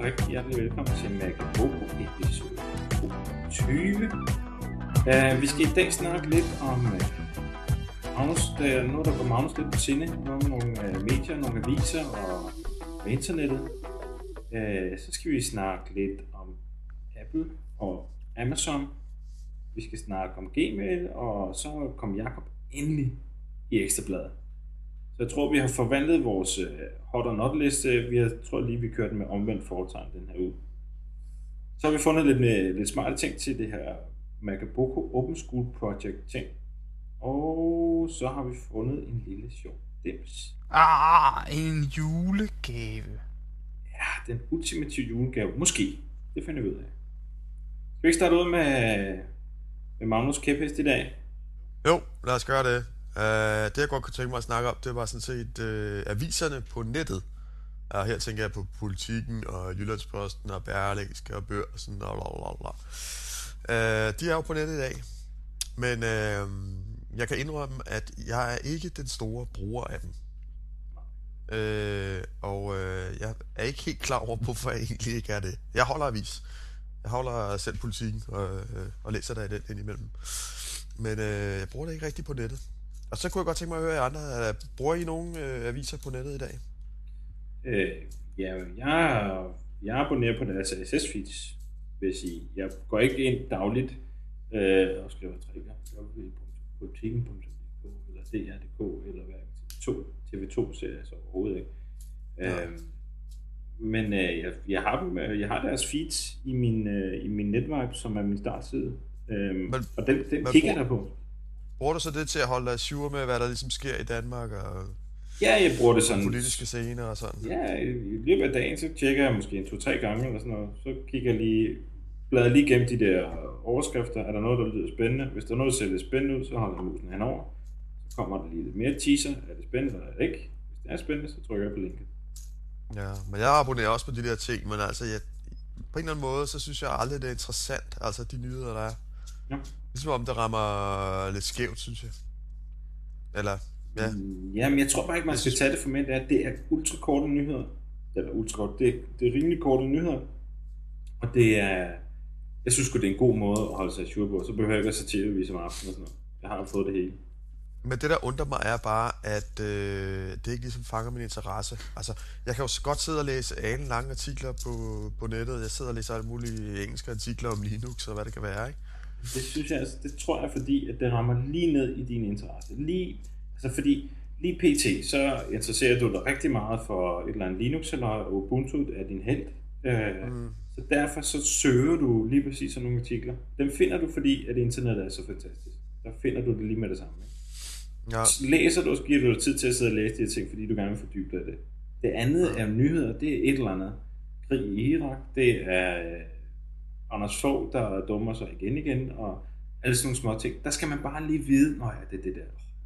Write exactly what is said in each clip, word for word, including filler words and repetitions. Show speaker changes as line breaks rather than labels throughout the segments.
rigtig hjertelig velkommen til Magaboko episode tyve. Uh, vi skal i dag snakke lidt om uh, Magnus, der, noget, der går Magnus lidt på sinde, nogle, nogle uh, medier, nogle aviser og, og internettet. Uh, så skal vi snakke lidt om Apple og Amazon. Vi skal snakke om Gmail, og så kom Jakob endelig i Ekstrabladet. Så jeg tror, vi har forvandlet vores uh, hot or not liste. Vi har, tror lige, vi kørte med omvendt foretegn den her uge. Så har vi fundet lidt, med, lidt smarte ting til det her Magaboko Open School Project ting. Og så har vi fundet en lille sjov dims.
Ah, en julegave.
Ja, den ultimative julegave. Måske. Det finder vi ud af. Skal vi ikke starte ud med, med Magnus kæphest i dag?
Jo, lad os gøre det. Uh, det jeg godt kunne tænke mig at snakke om, det var sådan set uh, aviserne på nettet. Uh, her tænker jeg på Politikken og Jyllandsposten og Berlingske og Børsen og blablabla. Uh, de er jo på nettet i dag. Men uh, jeg kan indrømme, at jeg er ikke den store bruger af dem. Uh, og uh, jeg er ikke helt klar over, hvorfor jeg egentlig ikke er det. Jeg holder avis. Jeg holder selv Politikken og, uh, og læser der i den indimellem. Men uh, jeg bruger det ikke rigtig på nettet. Og så kunne jeg godt tænke mig at høre jer andre. Bruger I nogle øh, aviser på nettet i dag?
Øh, ja, jeg, jeg abonnerer på deres R S S-feeds, vil jeg sige. Jeg går ikke ind dagligt øh, og skriver tre gange på politikken punktum d k eller D R punktum d k eller hvad T V to serier så overhovedet ikke. Ja. Øh, men øh, jeg, jeg, har dem, jeg har deres feeds i min, øh, i min Netvibe, som er min startside. Øh, men, og den, den kigger jeg der på.
Bruger du så det til at holde dig sure med, hvad der ligesom sker i Danmark og
ja, jeg bruger det sådan
politiske scener og sådan?
Ja, i løbet af dagen, så tjekker jeg måske en to-tre gange eller sådan noget. Så kigger jeg lige, bladrer lige gennem de der overskrifter. Er der noget, der lyder spændende? Hvis der er noget, der ser lidt spændende ud, så holder jeg musen henover. Så kommer der lige lidt mere teaser. Er det spændende eller er det ikke? Hvis det er spændende, så trykker jeg på linket.
Ja, men jeg abonnerer også på de der ting, men altså, jeg, på en eller anden måde, så synes jeg aldrig, det er interessant, altså de nyheder, der er. Ja. Ligesom om det rammer lidt skævt, synes jeg. Eller, ja.
Jamen, jeg tror bare ikke, man skal tage det for mænd, at det er ultrakorte nyheder. Eller ultrakort, det, det er rimelig korte nyheder. Og det er, jeg synes sgu, det er en god måde at holde sig sure på. Så behøver jeg ikke at se T V-vis om aftenen og sådan noget. Jeg har jo fået det hele.
Men det, der undrer mig, er bare, at øh, det ikke ligesom fanger min interesse. Altså, jeg kan jo godt sidde og læse ane lange artikler på, på nettet. Jeg sidder og læser alle mulige engelske artikler om Linux og hvad det kan være, ikke?
Det synes jeg, altså, det tror jeg, fordi at det rammer lige ned i din interesse. Lige, altså fordi lige pt, så interesserer du dig rigtig meget for et eller andet Linux eller Ubuntu er din held. Øh, mm. Så derfor så søger du lige præcis sådan nogle artikler. Dem finder du, fordi at internet er så fantastisk. Der finder du det lige med det samme. Ja. Læser du, så giver du dig tid til at sidde og læse de her ting, fordi du gerne vil fordybe dig i det. Det andet ja. er nyheder, det er et eller andet. Krig i Irak, det er Anders Fogh, der dummer sig igen igen, og alle sådan nogle små ting. Der skal man bare lige vide, nå ja, det er det der.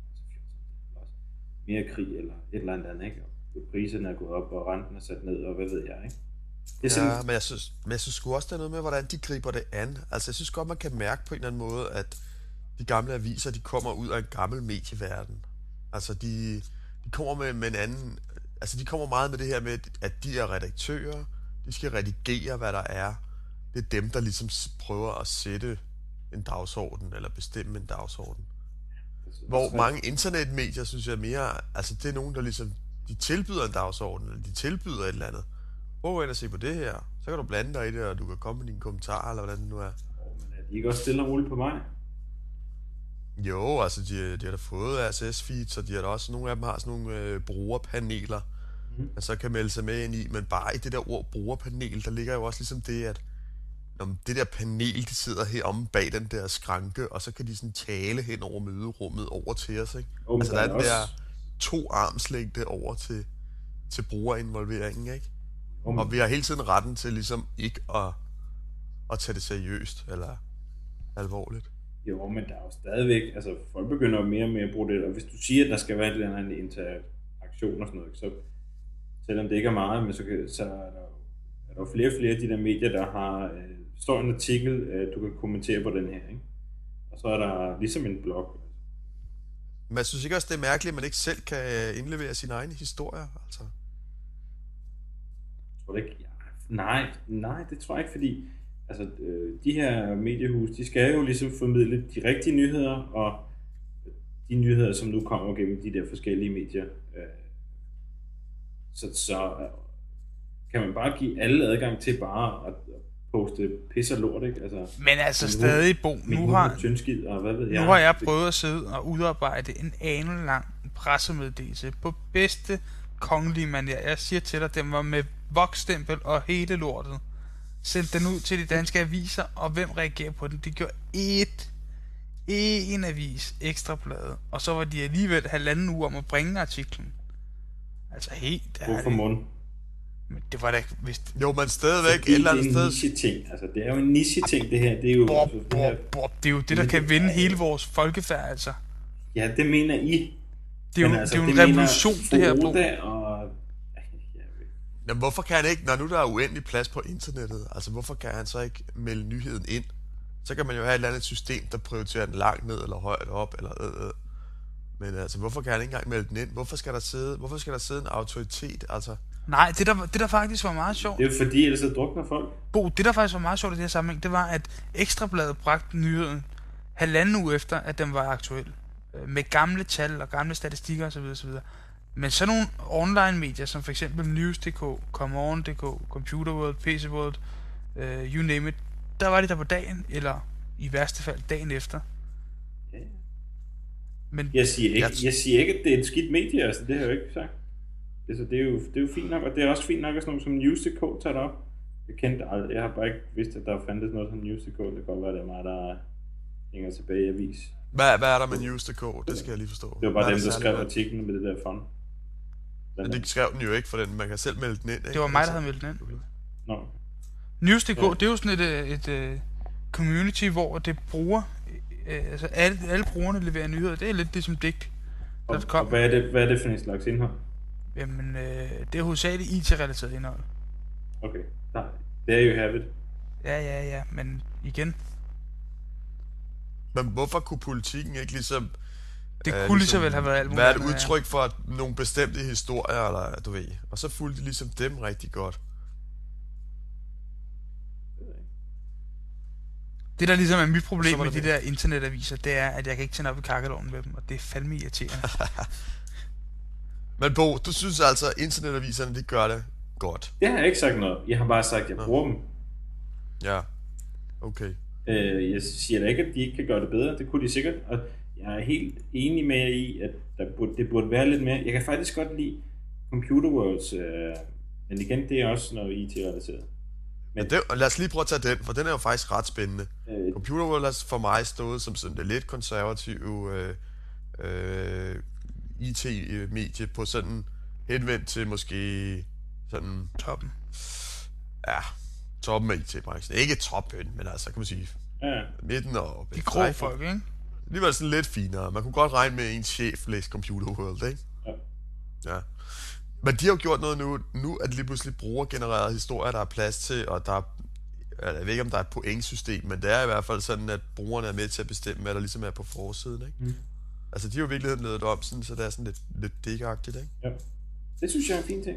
Mere krig eller et eller andet, ikke? Og priserne er gået op, og renten er sat ned, og hvad ved jeg, ikke?
Det er sådan... Ja, men jeg synes, men jeg synes sgu også, der er noget med, hvordan de griber det an. Altså, jeg synes godt, man kan mærke på en eller anden måde, at de gamle aviser, de kommer ud af en gammel medieverden. Altså, de, de kommer med, med en anden... Altså, de kommer meget med det her med, at de er redaktører, de skal redigere, hvad der er. Det er dem, der ligesom prøver at sætte en dagsorden, eller bestemme en dagsorden. Hvor mange internetmedier, synes jeg mere, altså det er nogen, der ligesom, de tilbyder en dagsorden, eller de tilbyder et eller andet. Prøv ind og se på det her, så kan du blande dig i det, og du kan komme med dine kommentarer, eller hvordan det nu er.
Men er de ikke også stille og roligt på mig?
Jo, altså de, de har da fået R S S-feeds, og de har da også, nogle af dem har sådan nogle øh, brugerpaneler, mm. man så kan melde sig med ind i, men bare i det der ord brugerpanel, der ligger jo også ligesom det, at om det der panel, de sidder her om bag den der skranke, og så kan de sådan tale hen over møderummet over til os, ikke? Oh, altså der er den der to armslængde over til, til brugerinvolveringen, ikke? Oh, og vi har hele tiden retten til ligesom ikke at, at tage det seriøst, eller alvorligt.
Jo, men der er jo stadigvæk, altså folk begynder mere og mere at bruge det, og hvis du siger, at der skal være et eller andet interaktion og sådan noget, så selvom det ikke er meget, men så, kan, så er der er der flere og flere af de der medier, der har øh, står en artikel, øh, du kan kommentere på den her, ikke? Og så er der ligesom en blog.
Men jeg synes ikke også, det er mærkeligt, at man ikke selv kan indlevere sine egne historier, altså?
Jeg tror det ikke, ja, Nej, nej, det tror jeg ikke, fordi altså, øh, de her mediehus, de skal jo ligesom formidle de rigtige nyheder, og de nyheder, som nu kommer gennem de der forskellige medier. Øh, så, så øh, kan man bare give alle adgang til bare at poste pis og lort, ikke? Altså,
Men altså
nu,
stadig, Bo, nu har,
tyndskid, og hvad ved jeg.
nu har jeg prøvet at sidde og udarbejde en anelang pressemeddelelse på bedste kongelige manier. Jeg siger til dig, den var med voksstempel og hele lortet. Send den ud til de danske aviser, og hvem reagerer på den? De gjorde et, en avis, Ekstrablad, og så var de alligevel halvanden uge om at bringe artiklen. Altså helt ærligt.
Hvorfor mund?
Men det var da ikke, hvis...
Jo, men stadigvæk
Fordi
et eller andet
det er en
sted...
niche-ting. Altså, det er jo en niche-ting, det her. Det er jo...
Bob,
altså, det,
Bob,
her,
Bob, det er jo det, der kan vinde hele vores folkefærd, altså.
ja, det mener I.
Det er jo,
altså,
det er jo en
det
revolution, det her, Bo.
Froda og...
Jamen, hvorfor kan han ikke, når nu der er uendelig plads på internettet, altså hvorfor kan han så ikke melde nyheden ind? Så kan man jo have et eller andet system, der prioriterer den langt ned eller højt op, eller øh, øh. Men altså, hvorfor kan han ikke engang melde den ind? Hvorfor skal der sidde, hvorfor skal der sidde en autoritet, altså?
Nej, det der, det der faktisk var meget sjovt.
Det er jo fordi, ellers så drukner folk.
Bo, det der faktisk var meget sjovt i det her sammenhæng, det var, at Ekstrabladet bragte nyheden halvanden uge efter, at den var aktuel. Med gamle tal og gamle statistikker osv. osv. Men så nogle online medier, som for eksempel News punktum d k, Comeon punktum d k, Computer World, P C World, uh, you name it, der var de der på dagen, eller i værste fald dagen efter.
Ja.
Men
Jeg siger ikke,
Jeg t-
jeg siger ikke, at det er et skidt medie, altså det har jeg jo ikke sagt. Altså, det, er jo, det er jo fint nok, og det er også fint nok, at sådan nogle som News punktum d k tager det op. Jeg kendte aldrig, jeg har bare ikke vidst, at der fandtes noget som News punktum d k. Det kan godt være, det er mig, der hænger tilbage i avis.
Hvad, hvad er der med News punktum d k? Det skal jeg lige forstå.
Det var bare
Hvad er
dem, der
særligt
skrev
ved?
artiklen med det der fond.
Men det skrev den jo ikke, for den. Man kan selv melde den ind, ikke?
det var mig, der
Altså,
havde meldt den ind.
Nå,
News punktum d k,
Ja.
det er jo sådan et, et, et community, hvor det bruger, øh, altså alle, alle brugerne leverer nyheder. Det er lidt ligesom digt.
og,
Der kom,
og hvad, er det, hvad er det for en slags indhold?
jamen, øh, det er hovedsageligt I T-relateret indhold.
Okay, nej, det er jo habit.
Ja, ja, ja, men igen,
Men hvorfor kunne politikken ikke ligesom...
det
øh,
kunne lige så vel have været alt muligt
være et
andet, ja.
udtryk for at nogle bestemte historier, eller du ved. Og så fulgte de ligesom dem rigtig godt.
Det der ligesom er mit
Så
problem
var
med
det
de der internetaviser, det er, at jeg kan ikke tænde op i kakkelovnen med dem, og det er fandme irriterende.
Men Bo, du synes altså, at internetaviserne, de gør det godt.
Det har jeg ikke sagt noget. Jeg har bare sagt, at jeg
Nå.
bruger dem.
Ja, okay.
Øh, jeg siger da ikke, at de ikke kan gøre det bedre. Det kunne de sikkert. Og jeg er helt enig med jer i, at der burde, det burde være lidt mere. Jeg kan faktisk godt lide Computer Worlds, øh, men igen, det er også noget I T-relateret.
Men det, lad os lige prøve at tage den, for den er jo faktisk ret spændende.
Øh,
Computer World har for mig stået som sådan det lidt konservative øh, øh, I T-medie på sådan henvendt til måske sådan,
Toppen.
ja, toppen af I T-branchen. Ikke toppen, men altså, kan man sige,
ja,
midten og...
De grå folk, ikke?
Alligevel sådan lidt finere. Man kunne godt regne med, at en chef læste Computer World, ikke?
ja.
Ja. Men de har jo gjort noget nu. Nu er det lige pludselig brugergenererede historier, der er plads til, og der er, jeg ved ikke, om der er et pointsystem, men det er i hvert fald sådan, at brugerne er med til at bestemme, hvad der ligesom er på forsiden, ikke?
Mm.
Altså, de har jo i virkeligheden lavet det om, sådan, så det er sådan lidt, lidt dækagtigt, ikke?
ja. Det synes jeg er en fin ting.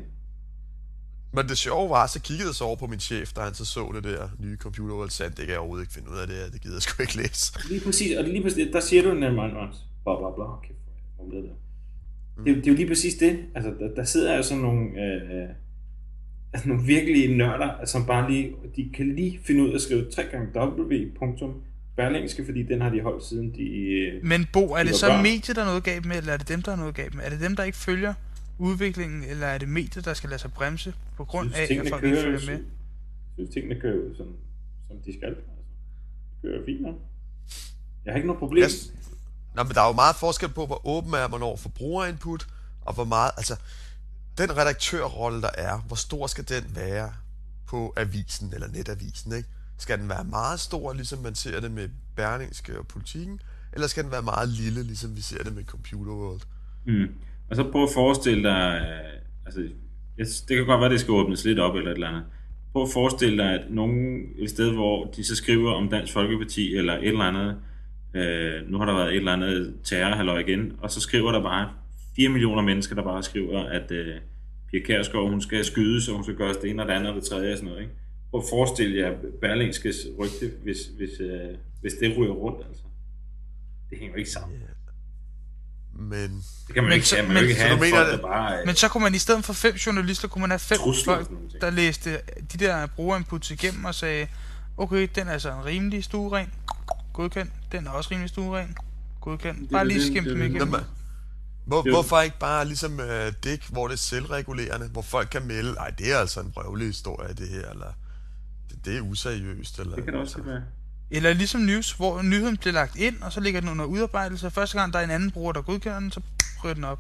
Men det sjove var, så kiggede jeg så over på min chef, da han så så det der nye Computer World, sandt, det kan jeg overhovedet ikke finde ud af det, det gider jeg sgu ikke læse.
Lige præcis, og lige præcis, der siger du nemlig også, bla bla bla, okay, hvor det der. Det, er jo- det er jo lige præcis det. Altså, der, der sidder jo sådan nogle, øh, altså nogle virkelige nørder, som bare lige, de kan lige finde ud af at skrive tre gange w punktum berlingske, fordi den har de holdt siden de... Øh,
Men Bo, er
De
det
var
så
børn.
mediet, der er noget galt med, eller er det dem, der er noget galt med? Er det dem, der ikke følger udviklingen, eller er det mediet, der skal lade sig bremse på grund af,
synes,
at
tingene
folk ikke
kører,
følger
jo-
med?
Jeg synes, tingene kører jo sådan, som de skal. Altså. Det kører jo fint nok. Jeg har ikke noget problem.
Yes. Nå, men der er jo meget forskel på, hvor åben er man over for brugerinput, og hvor meget, altså, den redaktørrolle, der er, hvor stor skal den være på avisen, eller netavisen, ikke? Skal den være meget stor, ligesom man ser det med Berlingske og Politikken, eller skal den være meget lille, ligesom vi ser det med Computer World?
Mm. Og så prøv at forestille dig, øh, altså, yes, det kan godt være, at det skal åbnes lidt op eller et eller andet. Prøv at forestille dig, at nogen et sted, hvor de så skriver om Dansk Folkeparti eller et eller andet, øh, nu har der været et eller andet terrorhalløj igen, og så skriver der bare fire millioner mennesker, der bare skriver, at øh, Pia Kjærsgaard, hun skal skydes, og hun skal gøre det ene og det andet og det tredje og sådan noget, ikke? Prøv at forestille jer Berlingskes rygte, hvis, hvis, øh, hvis det ryger rundt, altså. Det hænger jo ikke sammen.
Yeah. Men...
Det kan man
Men
ikke
så-
have, man
men-
kan ikke
så
have
du
en
mener
folk,
det-
der bare... Øh,
Men så kunne man i stedet for fem journalister, kunne man have fem
Trusler og
folk,
sådan nogle ting.
der læste de der brugerinputs igennem og sagde, okay, den er altså en rimelig stueren, godkendt, den er også rimelig stueren, godkendt, bare
det-
lige
det-
skimpe
det-
dem
det-
igennem.
Nå, men- Hvor,
Jo.
hvorfor ikke bare ligesom uh, Dick, hvor det er selvregulerende, hvor folk kan melde, nej, det er altså en brøvlig historie, det her, eller det, det er useriøst, eller...
det kan det også godt være.
Eller ligesom news, hvor nyheden bliver lagt ind, og så ligger den under udarbejdelse, og første gang der er en anden bruger, der godkender den, så ryger den op.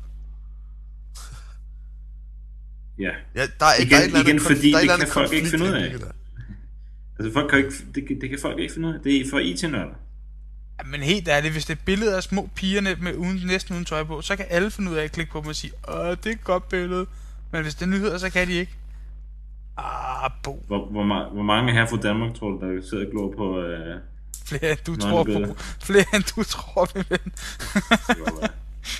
Ja.
Ja, der er,
Igen-
der er et eller andet,
igen,
konf-
fordi
der er et
det
eller
kan
andet
folk ikke finde ud af.
konflikt indbygget der.
Altså, folk kan ikke, det, kan- det kan folk ikke finde ud af. Det er for I T-nørder.
Ja, men helt ærligt, hvis det er billeder af små piger med uden, næsten uden tøj på, så kan alle finde ud af at klikke på dem og sige, åh, det er et godt billede. Men hvis det er nyheder, så kan de ikke. Ah, bo.
Hvor, hvor, ma- hvor mange her fra Danmark, tror du, der sidder og glor på... Øh,
Flere end du
Nå,
tror
det er
på. Flere end du tror, min ven.
det var, hvad?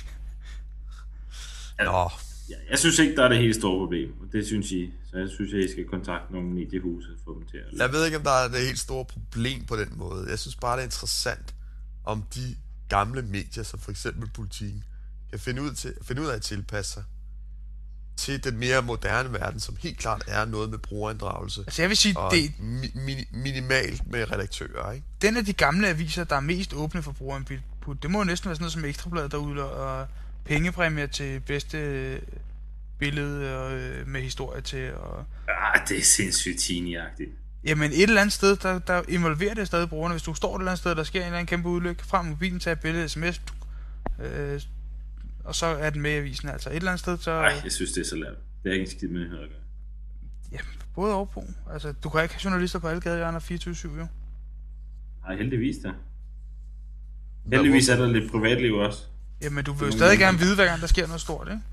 Nå,
Ja, jeg synes ikke, der er det helt store problem. Og det synes I. Så jeg synes, at I skal kontakte nogle mediehuse og få dem til at...
jeg ved ikke, om der er det helt store problem på den måde. Jeg synes bare, det er interessant, om de gamle medier, som for eksempel Politiken, kan finde ud, til, finde ud af at tilpasse sig til den mere moderne verden, som helt klart er noget med brugerinddragelse.
Altså jeg vil sige,
Og
det,
mi- mini- minimalt med redaktører, ikke?
den af de gamle aviser, der er mest åbne for brugerinput, det må jo næsten være sådan noget som Ekstrabladet, der udløber pengepræmier til bedste billede og, øh, med historie til. Og...
Ah, det er sindssygt teeny-agtigt.
Jamen et eller andet sted, der, der involverer det stadig brugerne. Hvis du står et eller andet sted, der sker en eller anden kæmpe ulykke, frem mobilen, tager et billede, sms, øh, og så er den med i avisen. Altså et eller andet sted, så...
Nej, jeg synes, det er så lavt. Det er ikke en skid med nyheder at gøre.
Ja, både og på. Altså, du kan ikke have journalister på alle gadehjørner fireogtyve syv, jo.
Nej, heldigvis da. Heldigvis er der lidt privatliv også.
Jamen, du vil jo
nogle
stadig
gange-
gerne vide, hver gang der sker noget stort, ikke?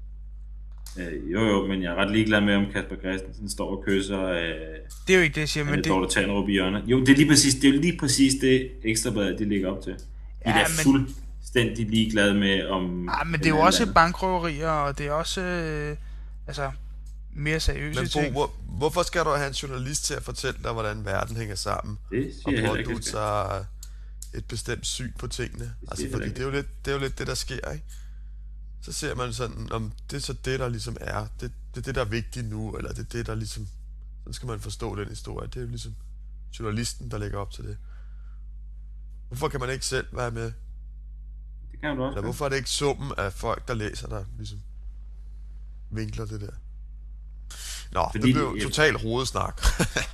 Øh, jo jo, men jeg er ret ligeglad med, om Kasper Christensen står og kysser øh,
Det er jo ikke det, jeg siger, men
Anne
det...
Dorte Tanderup i hjørnet. Jo, det er lige præcis det, er jo lige præcis det Ekstrabladet, de ligger op til. De
Ja,
ja, er
men-
fuldstændig ligeglade med, om...
Ah, men det er jo også bankrøverier, og det er også... Øh, altså, mere seriøse
Men Bo,
ting.
hvor, hvorfor skal du have en journalist til at fortælle dig, hvordan verden hænger sammen?
Det
Og
siger jeg heller ikke,
pådutte
det skal.
sig et bestemt syn på tingene.
siger
Altså,
jeg
fordi
heller
det er, jo lidt, det er jo lidt det, der sker, ikke? Så ser man sådan, om det er så det, der ligesom er. Det, det er det, der er vigtigt nu, eller det er det, der ligesom... Sådan skal man forstå den historie. Det er jo ligesom journalisten, der lægger op til det. Hvorfor kan man ikke selv være med?
Det kan du også.
Eller hvorfor er det ikke summen af folk, der læser, der ligesom vinkler det der? Nå,
Fordi
det blev
det-
total hovedsnak.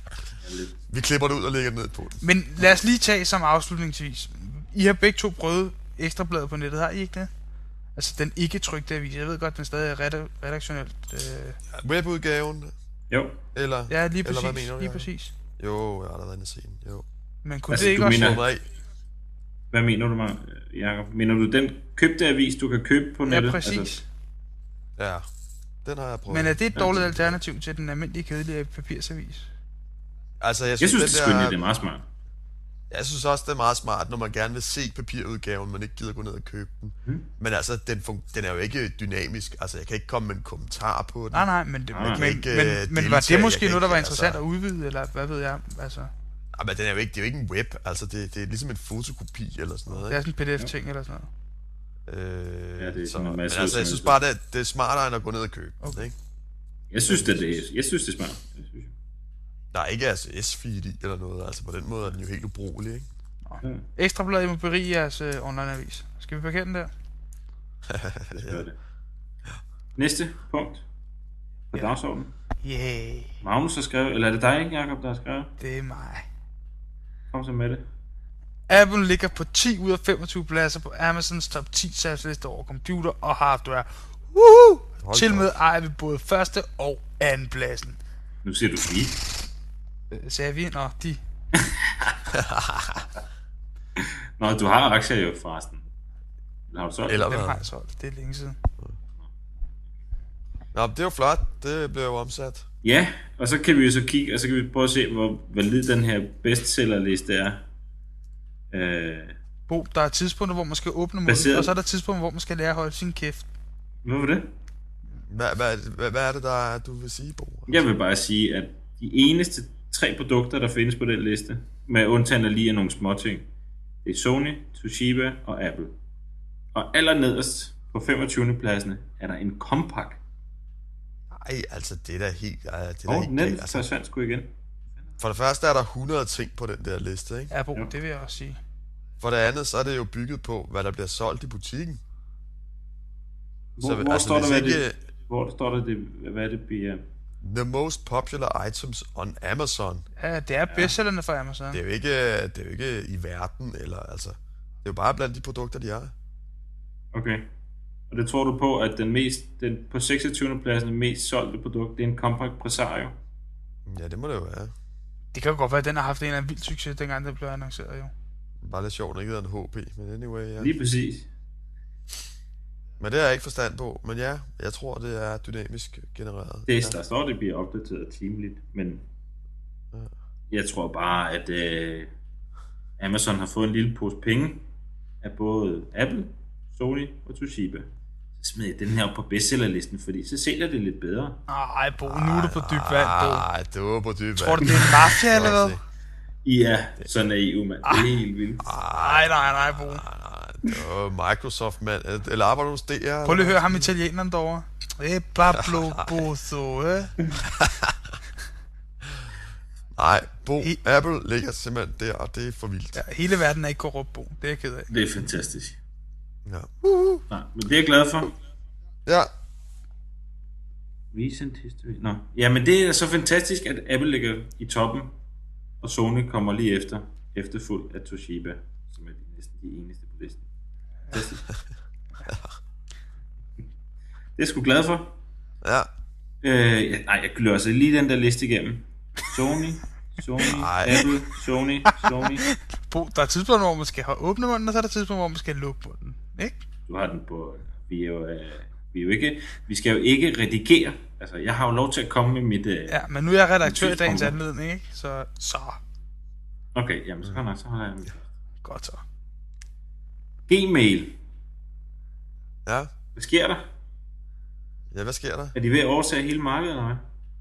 Vi klipper det ud og lægger det ned på den.
Men lad os lige tage som afslutningsvis. I har begge to prøvet Ekstrabladet på nettet, har I ikke det? Altså den ikke trykte avis. Jeg ved godt, den stadig er redak- redaktionelt. Øh...
Webudgaven,
Jo,
eller...
Ja, lige
Eller hvad
præcis.
mener du,
Lige
Jacob?
præcis.
Jo, jeg har da været inde og se den, jo.
Men kunne
Altså,
det ikke
du
også...
mener-
Slå mig af.
hvad mener du, Mar- Jacob? Mener du den købte avis, du kan købe på
Ja,
nettet?
præcis.
Altså,
Ja, den har jeg prøvet.
Men er det et
Ja,
dårligt
det-
alternativ til den almindelige kedelige papirsavis?
altså, jeg
jeg
synes,
synes,
den
det er skønt,
der,
det er meget smart.
Jeg synes også, det er meget smart, når man gerne vil se papirudgaven, men ikke gider gå ned og købe den.
Hmm.
Men altså, den, fun- den er jo ikke dynamisk. Altså, jeg kan ikke komme med en kommentar på den.
Nej, nej, men, det,
Nej,
men,
man
kan ikke,
men,
øh,
men var
deltage.
det måske
Jeg kan
noget, der var
ikke,
interessant
altså-
at udvide, eller hvad ved jeg? Altså,
Ja, men den er jo ikke, det er jo ikke en web. Altså, det, det er ligesom en fotokopi eller sådan noget,
det er
ikke?
sådan en P D F-ting eller sådan noget.
Øh,
Ja, det er
så,
sådan en
men
masse
altså, jeg synes bare, det, det er smartere, end at gå ned og købe den,
Okay.
ikke?
Jeg synes, det er, det. Jeg synes, det er smart. Jeg synes.
Der er ikke altså S-feed i eller noget. Altså, på den måde er den jo helt ubrugelig, ikke?
Ja,
Ekstrabladet, I må berige jeres øh, online-avis. Skal vi parkere den der?
det gør det. Næste punkt på
Ja.
dagsordenen.
Yay,
Magnus har skrevet, eller er det dig, Jacob, der har skrevet?
det er mig.
Kom så med det.
Apple ligger på ti ud af femogtyve pladser på Amazons top ti salgsliste over computer og hardware. Woohoo!
Hold
Til
da
med
op.
ejer vi både første og anden pladsen.
Nu siger du vi.
Øh, Sagde vi? Nå, de.
Nå, du har aktier jo forresten. Eller har du solgt?
Eller
Dem
hvad?
har jeg solgt. Det er længe siden.
Nå, det er jo flot. Det bliver jo omsat.
Ja, og så kan vi jo så kigge, og så kan vi prøve at se, hvor valid den her bestsellerliste er. Øh,
Bo, der er tidspunkter, hvor man skal åbne munden,
Baseret-
og så er der tidspunkter, hvor man skal lære at holde sin kæft.
hvorfor det?
Hvad, hvad, hvad, hvad er det, der er, du vil sige, Bo?
Jeg vil bare sige, at de eneste tre produkter, der findes på den liste, med undtagen af lige af nogle små ting, det er Sony, Toshiba og Apple. Og allernederst på femogtyvende pladsen er der en Compaq.
Nej, altså det er da helt... Ja, det er da
Og
helt
net
galt, altså.
forsvandt sgu igen.
For det første er der hundrede ting på den der liste, ikke?
Ja, Bo,
Jo.
det vil jeg også sige.
For det andet, så er det jo bygget på, hvad der bliver solgt i butikken.
Hvor,
Så,
hvor
altså,
står der,
hvis
hvad
ikke-
det, hvor står der, det, hvad det bliver?
The most popular items on Amazon.
Ja, det er bestsellerne for Amazon.
Det er jo ikke, det er jo ikke i verden, eller altså... Det er jo bare blandt de produkter, de har.
Okay. Og det tror du på, at den mest, den på seksogtyvende pladsen mest solgte produkt, det er en Compaq Presario?
Ja, det må det jo være.
Det kan jo godt være, at den har haft en eller anden vild succes, dengang den blev annonceret, jo.
Bare lidt sjovt, at ikke hedder en H P, men anyway, ja.
Lige præcis.
Men det har jeg ikke forstand på, men ja, jeg tror, det er dynamisk genereret.
Det,
ja.
der står, det bliver opdateret timeligt, men
Ja.
jeg tror bare, at øh, Amazon har fået en lille pose penge af både Apple, Sony og Toshiba. Så smed jeg den her op på bestsellerlisten, fordi så sælger det lidt bedre.
Ej, Bo, nu er du på dyb vand, Bo.
Nej, det var på dyb vand.
Tror du, det er en mafia, eller hvad?
Ja, så naiv, mand. Det er helt vildt.
Nej, nej, nej, Bo.
Det var Microsoft, mand. Eller arbejder du hos D R?
Prøv lige at høre ham italieneren derovre. Eh, Pablo Bozo, eh?
Nej, Bo,
I-
Apple ligger simpelthen der, og det er for vildt.
Ja, hele verden er ikke korrupt, Bo. Det er jeg ked af.
Det er fantastisk.
Ja.
Nej, men det er jeg glad for.
Ja,
Recent history. Nå. Ja, men det er så fantastisk, at Apple ligger i toppen, og Sony kommer lige efter, efterfulgt af Toshiba, som er de, næsten de eneste på listen. Fantastisk. Det er jeg sgu glad for.
ja.
Øh, ja, nej, jeg løser lige den der liste igennem. Sony, Sony,
Ej.
Apple, Sony, Sony.
Bo, der er tidspunkt, hvor man skal have åbne munden, og så er der tidspunkt, hvor man skal lukke munden. Ikke?
Du har den på... Vi er jo, øh, vi er jo ikke... Vi skal jo ikke redigere. Altså, jeg har jo lov til at komme med mit... Øh...
Ja, men nu er jeg redaktør i dagens
Tidspunkter.
anledning, ikke? Så, så.
Okay, jamen så, nok, så har jeg...
Godt så.
Gmail.
Ja.
Hvad sker der?
Ja, hvad sker der?
Er de ved at oversage hele markedet, eller hvad?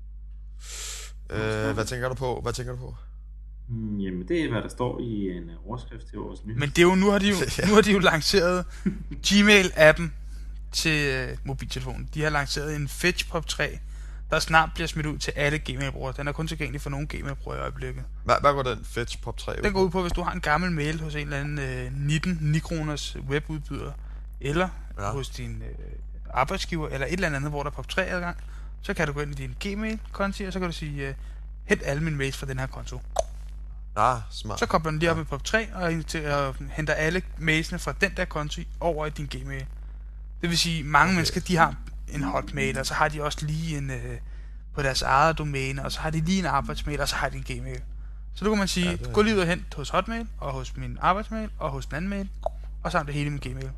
Øh, hvad tænker du på? Hvad tænker du på?
Hmm, jamen, det er, hvad der står i en øh, overskrift til vores nye.
Men det er jo, nu har de jo, nu har de jo lanceret Gmail-appen til øh, mobiltelefonen. De har lanceret en Fetch Pop tre, der snart bliver smidt ud til alle Gmail-brugere. Den er kun tilgængelig for nogle Gmail-brugere i øjeblikket.
Hvad, hvad går den Fetch Pop tre ud
Den
på?
går ud på, hvis du har en gammel mail hos en eller anden øh, nitten ni kroners webudbyder, eller
Ja.
ja. hos din øh, arbejdsgiver, eller et eller andet, hvor der er Pop tre adgang, så kan du gå ind i din Gmail-konti, og så kan du sige, øh, hent alle mine mails fra den her konto.
Ah, smart.
Så kobler den lige op i Pop tre, og ind til at henter alle mailsene fra den der konto over i din Gmail. Det vil sige, mange okay. mennesker, de har en hotmail, og så har de også lige en øh, på deres eget domæne, og så har de lige en arbejdsmail, og så har de en Gmail. Så nu kan man sige,
Ja,
ja,
det er-
gå lige ud og hent hos hotmail, og hos min arbejdsmail, og hos den anden mail, og samle det hele i min Gmail.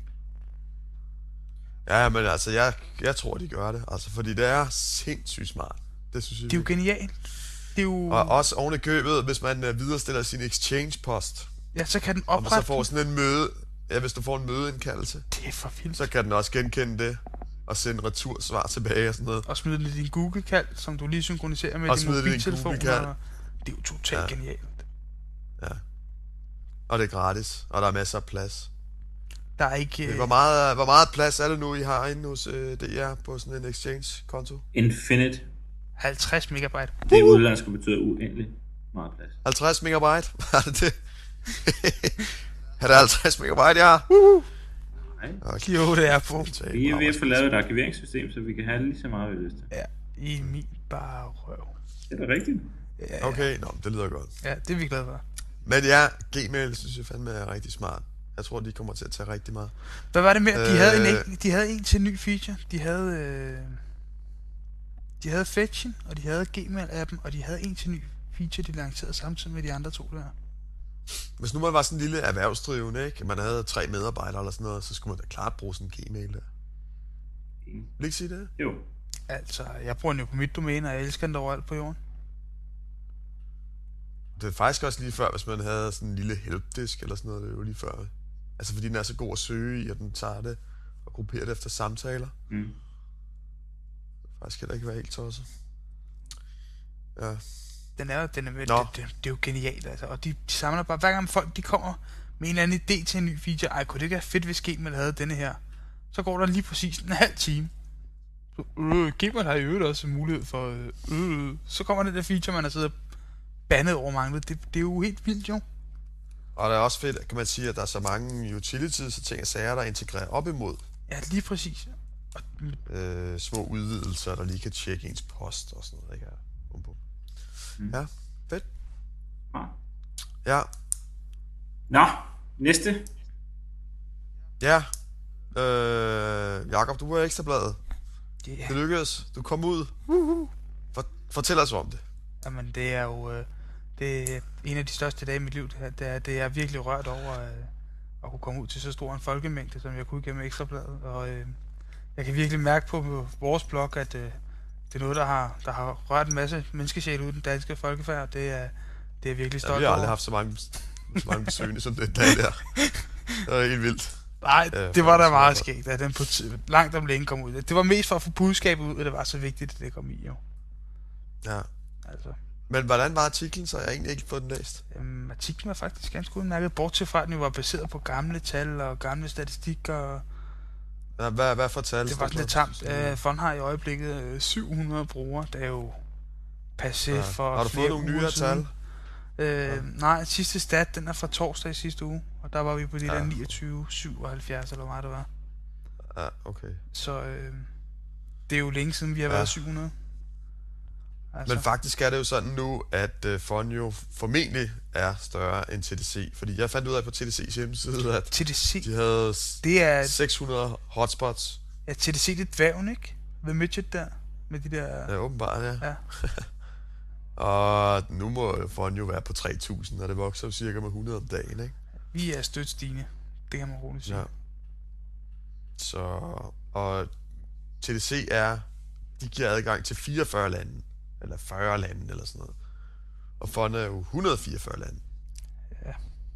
Ja, men altså, jeg, jeg tror, de gør det. Altså, fordi det er sindssygt smart. Det synes jeg.
Det er jo genialt. Det er jo...
Og også oven i købet, hvis man uh, viderestiller sin exchange-post,
Ja, så kan den
og man så
oprette...
får sådan en møde, ja, hvis du får en mødeindkaldelse,
Det er for vildt.
så kan den også genkende det, og sende retursvar tilbage og sådan noget.
Og smide det i din Google-kald, som du lige synkroniserer med
Og
din
smide det i din
mobiltelefon.
Google-kald.
Og det er jo totalt
Ja.
ja. genialt.
Og det er gratis, og der er masser af plads.
Der er ikke...
Hvor meget, hvor meget plads er det nu, I har inde hos øh, D R på sådan en exchange-konto?
Infinite.
halvtreds megabyte.
Det er udlandsk betyder uendelig meget plads.
halvtreds megabyte? Er det det? Er det halvtreds megabyte, ja?
Nej.
Okay.
Jo, det er på.
Vi er ved at få lavet et arkiveringssystem, så vi kan have lige så meget, vi har lyst til.
Ja, i min bare røv.
Det er da rigtigt.
Ja, ja.
Okay, nå, det lyder godt.
Ja, det er vi glade for.
Men ja, Gmail synes jeg fandme er rigtig smart. Jeg tror, de kommer til at tage rigtig meget.
Hvad var det mere? De
Øh.
havde en, en- de havde en til en ny feature. De havde... Øh, de havde Fetchen, og de havde Gmail-appen, og de havde en til ny feature, de lancerede samtidig med de andre to der.
Hvis nu man var sådan en lille erhvervsdrivende, ikke? Man havde tre medarbejdere eller sådan noget, så skulle man da klart bruge sådan en Gmail der. Vil du ikke sige det?
Jo.
Altså, jeg bruger den jo på mit domæne, og jeg elsker den overalt på jorden.
Det er faktisk også lige før, hvis man havde sådan en lille helpdisk eller sådan noget, det er jo lige før. Altså fordi den er så god at søge i, og den tager det og grupperer det efter samtaler.
Mm.
faktisk heller ikke være helt tosset. Ja.
Den er jo, den er, det, det, det, er jo genialt, altså. Og de, de samler bare, hver gang folk de kommer med en eller anden idé til en ny feature, ej, kunne det ikke være fedt, hvis Gmail havde denne her? Så går der lige præcis en halv time. Så, øh, Gmail har i øvrigt også mulighed for, øh, øh, så kommer den der feature, man har siddet bandet over manglet. Det, det er jo helt vildt, jo.
Og det er også fedt, kan man sige, at der er så mange utilities og ting og sager, der integrerer op imod.
Ja, lige præcis. Og,
øh, små udvidelser, der lige kan tjekke ens post og sådan noget, ikke? Mm. Ja, fedt.
Ja.
Ja.
Nå, næste.
Ja. Øh, Jakob, du var Ekstrabladet.
Yeah.
Det lykkedes. Du kom ud.
Uh-huh.
For, fortæl os om det.
Jamen, det er jo øh, det er en af de største dage i mit liv. Det er, det er, det er virkelig rørt over øh, at kunne komme ud til så stor en folkemængde, som jeg kunne gennem Ekstrabladet. Og øh, jeg kan virkelig mærke på vores blog, at øh, det er noget, der har, der har rørt en masse menneskesjæle ud i den danske folkefærd. Det er, det er virkelig stolt over.
Ja, vi har aldrig haft så mange, så mange besøgende som den dag der. Det var helt vildt.
Nej, ja, det var da meget skægt, at den på t- langt om længe kom ud. Det var mest for at få budskabet ud, og det var så vigtigt, at det kom i, jo.
Ja.
Altså.
Men hvordan var artiklen, så jeg har egentlig ikke fået den læst?
Øhm, artiklen var faktisk ganske udmærket, bortset fra, at den var baseret på gamle tal og gamle statistikker.
Ja, hvad, hvad for tal?
Det var sådan lidt tamt. Øh, Fond har i øjeblikket øh, syv hundrede brugere, der er jo passé ja. for
Har du fået nogle nyere tal?
Øh, ja. Nej, sidste stat, den er fra torsdag i sidste uge, og der var vi på de ja. der niogtyve syvoghalvfjerds, eller hvad det var.
Ja, okay.
Så øh, det er jo længe siden, vi har ja. været syv hundrede.
Altså. Men faktisk er det jo sådan nu, at uh, Fond jo formentlig er større end T D C. Fordi jeg fandt ud af på T D C's hjemmeside, at
T D C,
de havde
det er,
seks hundrede hotspots.
Ja, T D C det er dværgen, ikke? The Midget der, med de der...
Ja, åbenbart, ja.
ja.
Og nu må Fond jo være på tre tusind, og det vokser cirka med hundrede om dagen, ikke?
Vi er stødt stigende, det kan man roligt sige. Ja.
Så, og T D C er, de giver adgang til fireogfyrre lande, eller fyrre lande, eller sådan noget. Og Fond er jo et hundrede og fireogfyrre lande.
Ja.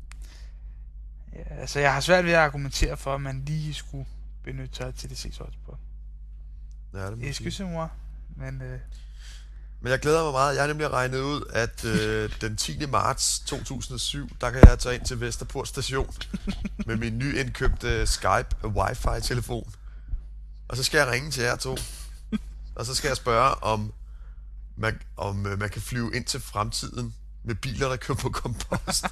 Ja, altså jeg har svært ved at argumentere for, at man lige skulle benytte sig af T D C's hotspot.
Ja, det må
Excusez-moi, men... Øh...
Men jeg glæder mig meget. Jeg har nemlig regnet ud, at øh, den tiende marts to tusind og syv, der kan jeg tage ind til Vesterport station med min nyindkøbte Skype Wi-Fi-telefon. Og så skal jeg ringe til jer to. Og så skal jeg spørge, om man, om øh, man kan flyve ind til fremtiden med biler, der kører på kompost.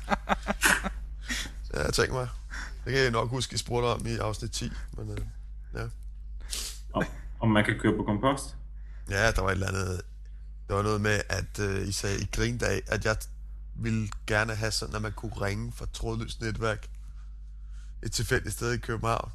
Ja, jeg tænker mig. Det kan jeg nok huske, I spurgte om i afsnit ti. Men, øh, ja.
Om, om man kan køre på kompost?
Ja, der var et eller andet... Det var noget med, at øh, I sagde i Grindag, at jeg ville gerne have sådan, at man kunne ringe fra trådløst netværk et tilfældigt sted i København.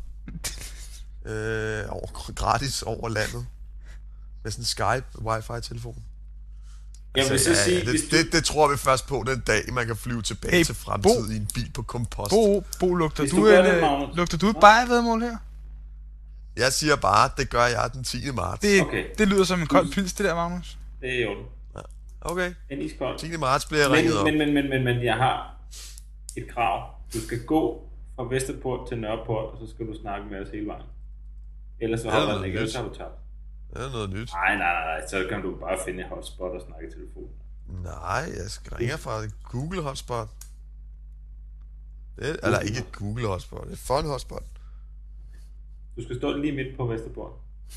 øh, over, gratis over landet. Med sådan en Skype Wi-Fi-telefon.
Jeg vil
altså,
så
ja,
sige,
ja, det,
hvis
du... det, det tror vi først på den dag, man kan flyve tilbage hey, til fremtiden i en bil på kompost.
Bo, Bo lugter, du,
du,
et,
det,
lugter du et bajervedmål her?
Jeg siger bare, det gør jeg den tiende marts.
Det, okay. det lyder som en kold pils, det der, Magnus.
Det er jo
ja. Okay.
En iskold.
tiende marts bliver jeg
men,
ringet op.
Men, men, men, men, men jeg har et krav. Du skal gå fra Vesterport til Nørreport, og så skal du snakke med os hele vejen. Ellers så holder den ikke, ellers har du tabt.
Det er noget nyt.
Nej, nej, nej, så kan du bare finde et hotspot og snakke i telefon.
Nej, jeg skal ringe fra Google hotspot. Det er, eller ikke et Google hotspot, det er Fond hotspot.
Du skal stå lige midt på Vesterport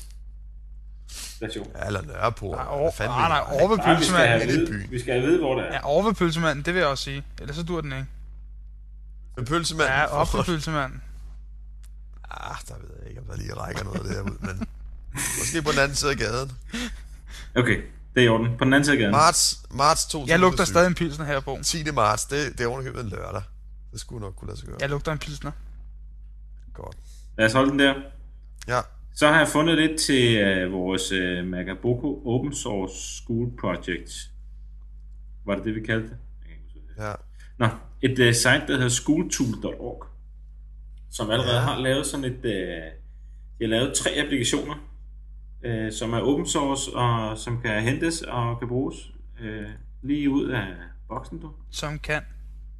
station.
Ja, eller Nørreport.
Nej, over, nej, nej, over ved pølsemanden.
Vi skal have vide, hvor det er.
Ja, over ved pølsemanden, det vil jeg også sige. Ellers så dur den ikke.
Med pølsemanden?
Ja, op ved pølsemanden.
Ah, der ved jeg ikke, om der lige rækker noget derud, men måske på den anden side af gaden.
Okay, det er i orden. På den anden side af gaden.
Marts, marts to tusind og syv.
Jeg lugter stadig en pilsner her, Bo.
tiende marts, det, det er ovenikøbet en lørdag. Det skulle nok kunne lade sig gøre.
Jeg lugter en pilsner.
Godt.
Lad os holde den der.
Ja.
Så har jeg fundet lidt til uh, vores uh, Magaboku Open Source School Project. Var det det, vi kaldte det?
Ja.
Nå, et uh, site, der hedder schooltool punktum org, som allerede ja. har lavet sådan et... Uh, de har lavet tre applikationer, uh, som er open source, og som kan hentes og kan bruges uh, lige ud af boksen, du.
Som kan.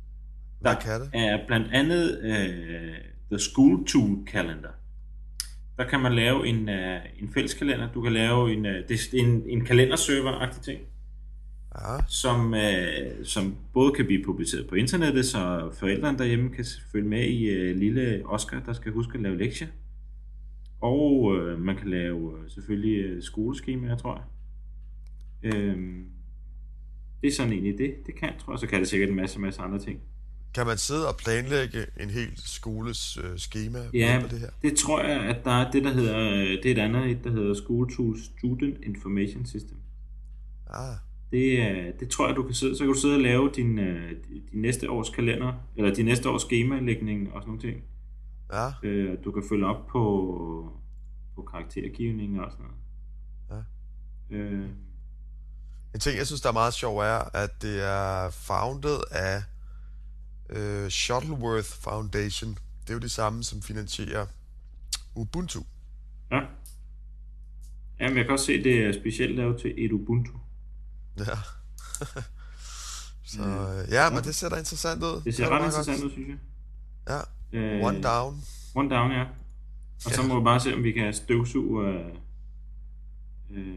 Hvad
der
kan det?
er blandt andet uh, The School Tool Calendar. der kan man lave en, uh, en fælleskalender. Du kan lave en, uh, det, en, en kalenderserver-agtig ting,
Ja.
som, uh, som både kan blive publiceret på internettet, så forældrene derhjemme kan følge med i uh, lille Oscar, der skal huske at lave lektier. Og uh, man kan lave uh, selvfølgelig uh, skoleskemaer, tror jeg. Uh, det er sådan egentlig det, det kan, tror jeg. Så kan det sikkert en masse, masse andre ting.
Kan man sidde og planlægge en hel skoles øh, schema
Ja,
på det her?
det tror jeg, at der er det, der hedder, det er et andet, et, der hedder School Tools Student Information System.
Ah,
Det, er- det tror jeg, du kan sidde, så kan du sidde og lave din, øh, din næste års kalender, eller din næste års skemalægning og sådan nogle ting.
ja,
Øh, Du kan følge op på, på karaktergivning og sådan noget. Øh,
en ting, jeg synes, der er meget sjov, er, at det er founded af øh, Shuttleworth Foundation. Det er jo det samme, som finansierer Ubuntu.
ja. Jamen, jeg kan også se, at det er specielt lavet til et Ubuntu.
Ja. Så øh, ja, men det ser da interessant ud.
Det ser
er
ret
meget
interessant
godt.
ud, synes jeg.
Ja,
Øh,
one down.
One down, ja. Og så
Ja.
må vi bare se, om vi kan støvsuge øh, øh,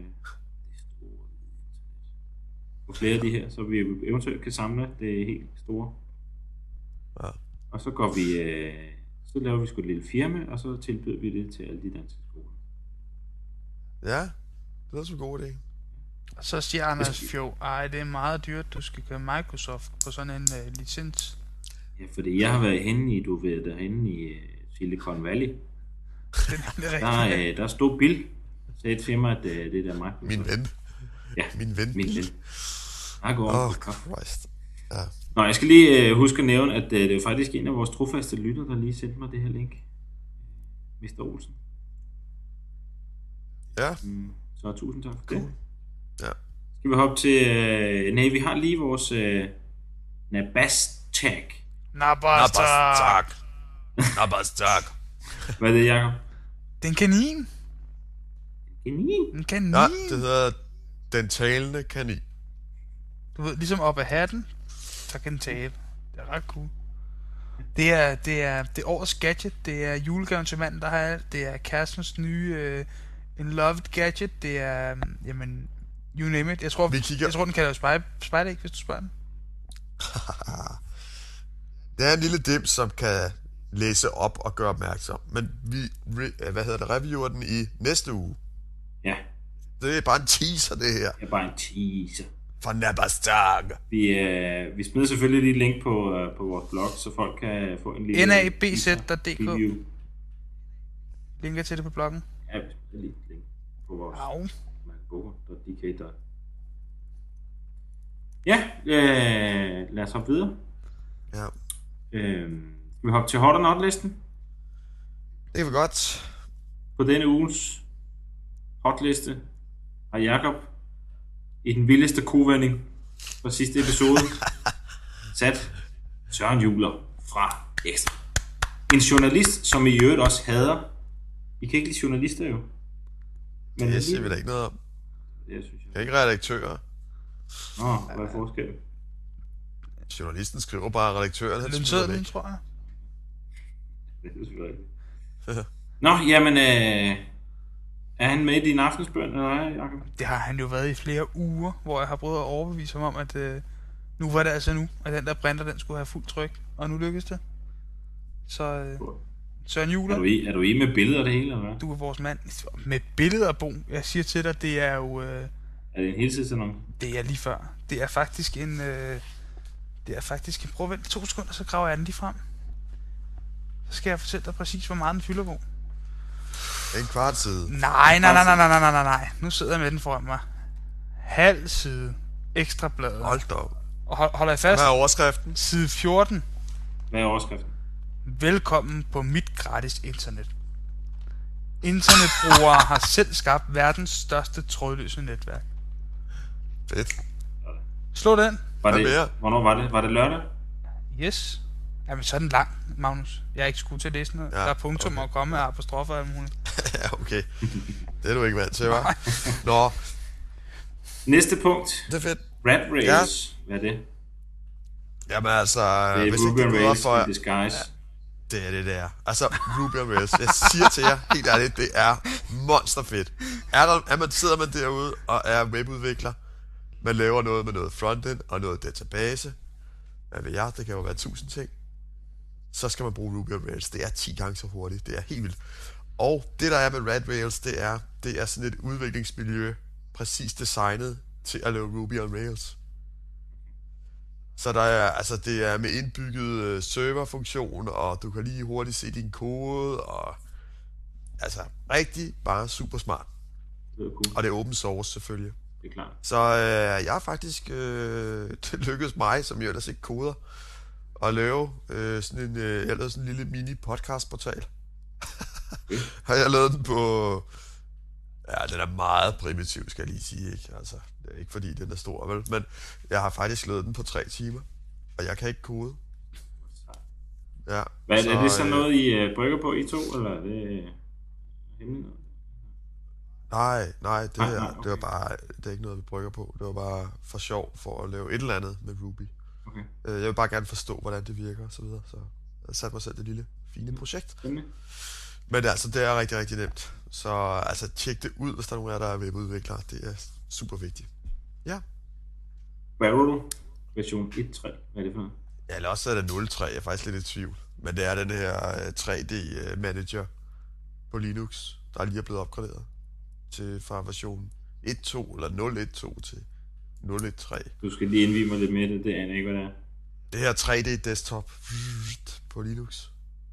på flere af de her, så vi eventuelt kan samle det helt store.
Ja.
Og så går vi, øh, så laver vi sgu et lille firma, og så tilbyder vi det til alle de danske skoler.
Ja, det er også en god idé.
Og så siger Anders Fjord, ej, det er meget dyrt, du skal køre Microsoft på sådan en uh, licens.
Ja, fordi jeg har været henne i, du ved, derhenne i uh, Silicon Valley.
Det er det
Der,
rigtigt.
øh, der stod Bill, sagde til mig, at øh, det der Microsoft.
Min ven.
Ja,
Min ven.
min ven. Jeg går
Åh,
oh,
oh, Christ. Ja.
Nå, jeg skal lige øh, huske at nævne, at øh, det er faktisk en af vores trofaste lytter, der lige sendte mig det her link. mister Olsen.
Ja,
Mm, så tusind tak for
cool.
det.
Ja.
Skal vi hoppe til... Øh, nej, vi har lige vores øh, Nabastag.
Nabastak.
tak. tak.
Hvad er det, Jacob?
Det er en kanin.
Kanin.
En kanin.
Ja, det hedder Den Talende Kanin.
Du ved, ligesom op ad hatten, så kan den tale. Det er ret cool. Det er, det er, det er årets gadget. Det er julegaven til manden, der har alt. Det er kærestens nye uh, en loved gadget. Det er, um, jamen, you name it. Jeg tror,
Vi kigger-
jeg tror den kalder spejl, spejlæg, hvis du spørger den.
Det er en lille dims, som kan læse op og gøre opmærksom. Men vi, re, hvad hedder det, reviewer den i næste uge.
Ja,
Det er bare en teaser, det her.
det er bare en teaser.
For Nabastag.
Vi, øh, vi smider selvfølgelig lige et link på, øh, på vores blog, så folk kan få en lille...
N A B Z punktum D K.
review.
Linker til det på bloggen.
Ja, vi smider lige et link på vores
Au.
macbook punktum d k. Ja, øh, lad os hoppe videre.
Ja,
Øh, skal vi hoppe til hot or not-listen?
det var godt.
På denne uges hotliste har Jakob i den vildeste kovending fra sidste episode sat Søren Juler fra Ekstra. En journalist, som i øvrigt også hader. I kan ikke lide journalister jo. Men
Det siger vi da ikke noget om.
Det synes
Jeg
jeg.
er ikke redaktører.
Nå, hvad er forskellen?
Journalisten skriver bare, redaktøren han smider
Lønsedlen,
væk.
tror jeg.
Det er selvfølgelig rigtigt. Nå, jamen, øh, er han med i din aftensbøn, eller hvad, Jacob?
Det har han jo været i flere uger, hvor jeg har prøvet at overbevise ham om, at øh, nu var det altså nu, at den der printer, den skulle have fuld tryk. Og nu lykkedes det. Så øh, Søren
Er
Juler,
du i, er du i med billeder og det hele, eller hvad?
du er vores mand. Med billeder, Bo. Jeg siger til dig, det er jo... Øh,
Er det en heltidsannonce?
det er lige før. Det er faktisk en... Øh, det er faktisk en... Prøv at vente to sekunder, så graver jeg den lige frem. Så skal jeg fortælle dig præcis, hvor meget den fylder, Bo.
En kvart side.
Nej, nej, nej, nej, nej, nej, nej, nej. Nu sidder jeg med den foran mig. Halv side. Ekstra bladet.
Hold da op.
Og hold, holder jeg fast.
Hvad er overskriften?
Side fjorten.
Hvad er overskriften?
Velkommen på mit gratis internet. Internetbrugere har selv skabt verdens største trådløse netværk.
Fedt.
Slå den.
Var
Hvad
det,
mere?
hvornår var det? Var det lørdag?
Yes. Jamen, så er den lang, Magnus. Jeg er ikke sgu til at læse noget.
Ja,
Der er punktum
okay.
og komme og apostrofer og alt muligt.
Ja, okay. Det er du ikke vant til, hva'? Nå,
Næste punkt.
det er fedt.
Rat Race. Hvad er det?
Jamen altså,
Det er
hvis ikke
Ruby
det er bedre
Race
for
in
jer,
disguise.
Det er det, det er. Altså, Ruby on Rails. Jeg siger til jer, helt ærligt, det er monsterfedt. Er, der, er man, sidder man derude og er webudvikler, man laver noget med noget frontend og noget database, hvad ved jeg, det kan jo være tusind ting, så skal man bruge Ruby on Rails. Det er ti gange så hurtigt. Det er helt vildt. Og det, der er med Rad Rails, det er, det er sådan et udviklingsmiljø, præcis designet til at lave Ruby on Rails. Så der er, altså det er med indbygget øh, serverfunktion, og du kan lige hurtigt se din kode, og altså rigtig bare super smart.
Det er cool.
Og det er open source selvfølgelig.
Det er klart.
Så øh, jeg har faktisk, øh, det lykkedes mig, som jo ellers ikke koder, at lave øh, sådan en, øh, jeg lavede sådan en lille mini podcast portal. Okay. Og jeg lavede den på, ja, den er meget primitiv, skal jeg lige sige, ikke? Altså, det er ikke fordi den er stor, vel? Men jeg har faktisk lavet den på tre timer, og jeg kan ikke kode. Ja.
Hvad,
så,
er det så
øh,
noget, I uh, brygger på, I to, eller er det hemmeligt noget?
Nej, nej, det,
nej,
her,
nej okay.
det var bare, det er ikke noget, vi brygger på. Det var bare for sjov, for at lave et eller andet med Ruby.
Okay.
Jeg vil bare gerne forstå, hvordan det virker, og så videre. Så jeg satte mig selv det lille, fine projekt.
Spændende.
Men altså, det er rigtig, rigtig nemt. Så altså, tjek det ud, hvis der er nogen af jer, der er webudviklere. Det er super vigtigt. Ja.
Barrel version et punkt tre. Hvad er det for noget?
Ja, eller også er det nul punkt tre. Jeg er faktisk lidt i tvivl. Men det er den her tre D-manager på Linux, der lige er blevet opgraderet til fra version et punkt to eller nul punkt et punkt to til nul punkt et punkt tre.
Du skal lige indvige mig lidt med det. Det aner ikke, hvad det er.
Det her tre D-desktop på Linux.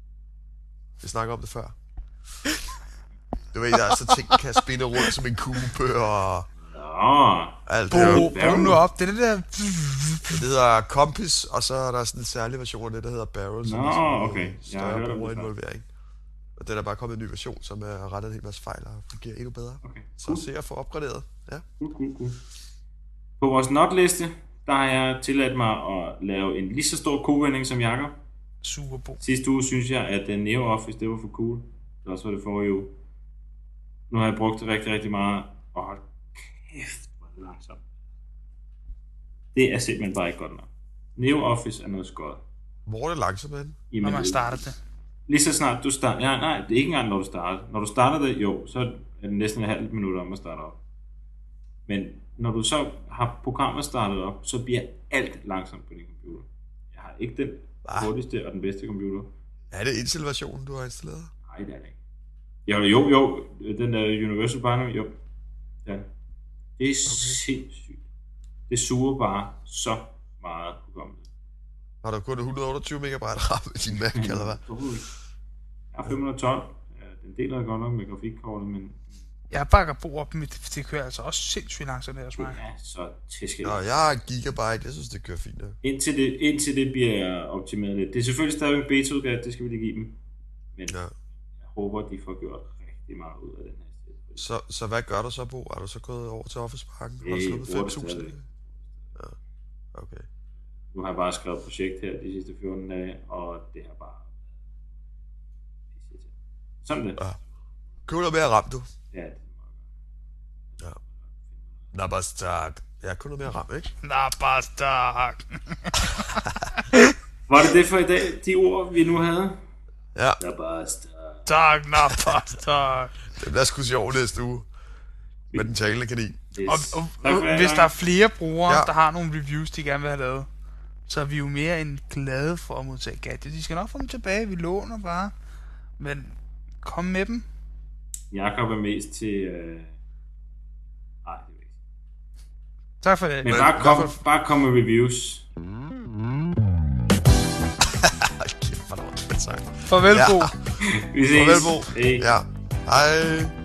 Vi snakker om det før. Du ved, der er så ting, der kan spinde rundt som en kube og
Nå.
alt det her.
Brug nu op, det er det der...
Det hedder Compass, og så er der sådan en særlig version af det, der hedder Barrel, som
Nå,
er sådan
okay.
en
Jeg har hørt
større
om det
brugerinvolvering. Og den er bare kommet en ny version, som er rettet en hel masse fejl og fungerer endnu bedre.
Okay.
Så se at få opgraderet. Ja.
Cool, cool, cool. På vores notliste, der har jeg tilladt mig at lave en lige så stor kovending som Jakob.
Super bo.
Sidste uge synes jeg, at NeoOffice, det var for cool. Det var også for det forrige uge. Nu har jeg brugt det rigtig, rigtig meget. Og hold kæft, hvor er det langsomt. Det er simpelthen bare ikke godt nok. NeoOffice er noget skørt.
Hvor er det langsomt, man?
Når man starter det.
Lige så snart du starter... Ja, nej, det er ikke engang, når du starter. Når du starter det, jo, så er det næsten et halvt minut om at starte op. Men når du så har programmet startet op, så bliver alt langsomt på din computer. Jeg har ikke den
Hva?
hurtigste og den bedste computer.
Er det Intel-versionen, du har installeret?
Nej, det er det ikke. Jo, jo, jo. Den der Universal Binary, jo. Ja. Det er okay. Sindssygt. Det suger bare så meget hukommelse.
Har du kun et hundrede og otteogtyve megabyte RAM i din Mac, eller hvad?
Jeg har fem hundrede og tolv. Ja, den deler jeg godt nok med grafikkortet, men...
Jeg bakker bo op mit, det kører altså også sindssygt langsomt der hos mig.
Det er så tæskeligt.
Nå, jeg har et gigabyte, jeg synes, det kører fint der.
Indtil det, indtil det bliver optimeret lidt. Det er selvfølgelig stadig en beta-udgave, det skal vi lige give dem. Men
Ja.
jeg håber, de får gjort rigtig meget ud af den her sted.
Så, så hvad gør du så, Bo? Er du så gået over til Office-pakken? Har du
Øh,
sluppet
bruger
fem
det
tusind?
stadigvæk.
Ja, okay.
Nu har jeg bare skrevet projekt her de sidste fjorten dage, og det har bare... Sådan det.
Ja. Køb noget mere RAM, du.
Ja, det
Ja. Nabastak. Ja, kun noget mere RAM, ikke?
Nabastak.
Var det det for i dag, de ord, vi nu havde?
Ja.
Nabastak.
Tak, Nabastak.
Det bliver sgu sjovt næste uge. Med den talende kanin.
Yes.
Og, og,
Tak for
og
det,
hvis
Jacob.
der er flere brugere,
Ja.
der har nogle reviews, de gerne vil have lavet, så er vi jo mere end glade for at modtage gadgets. De skal nok få dem tilbage, vi låner bare. Men kom med dem.
Jakob er mest til... Øh... Nej, det er ikke.
Tak for det.
Men
Men
bare
i
kom,
hvert fald-
bare kom med reviews.
Kæft, hvor er det sagt.
Farvel,
Ja.
Bo.
Vi ses.
Farvel, Bo.
Hej.
Ja. Hej.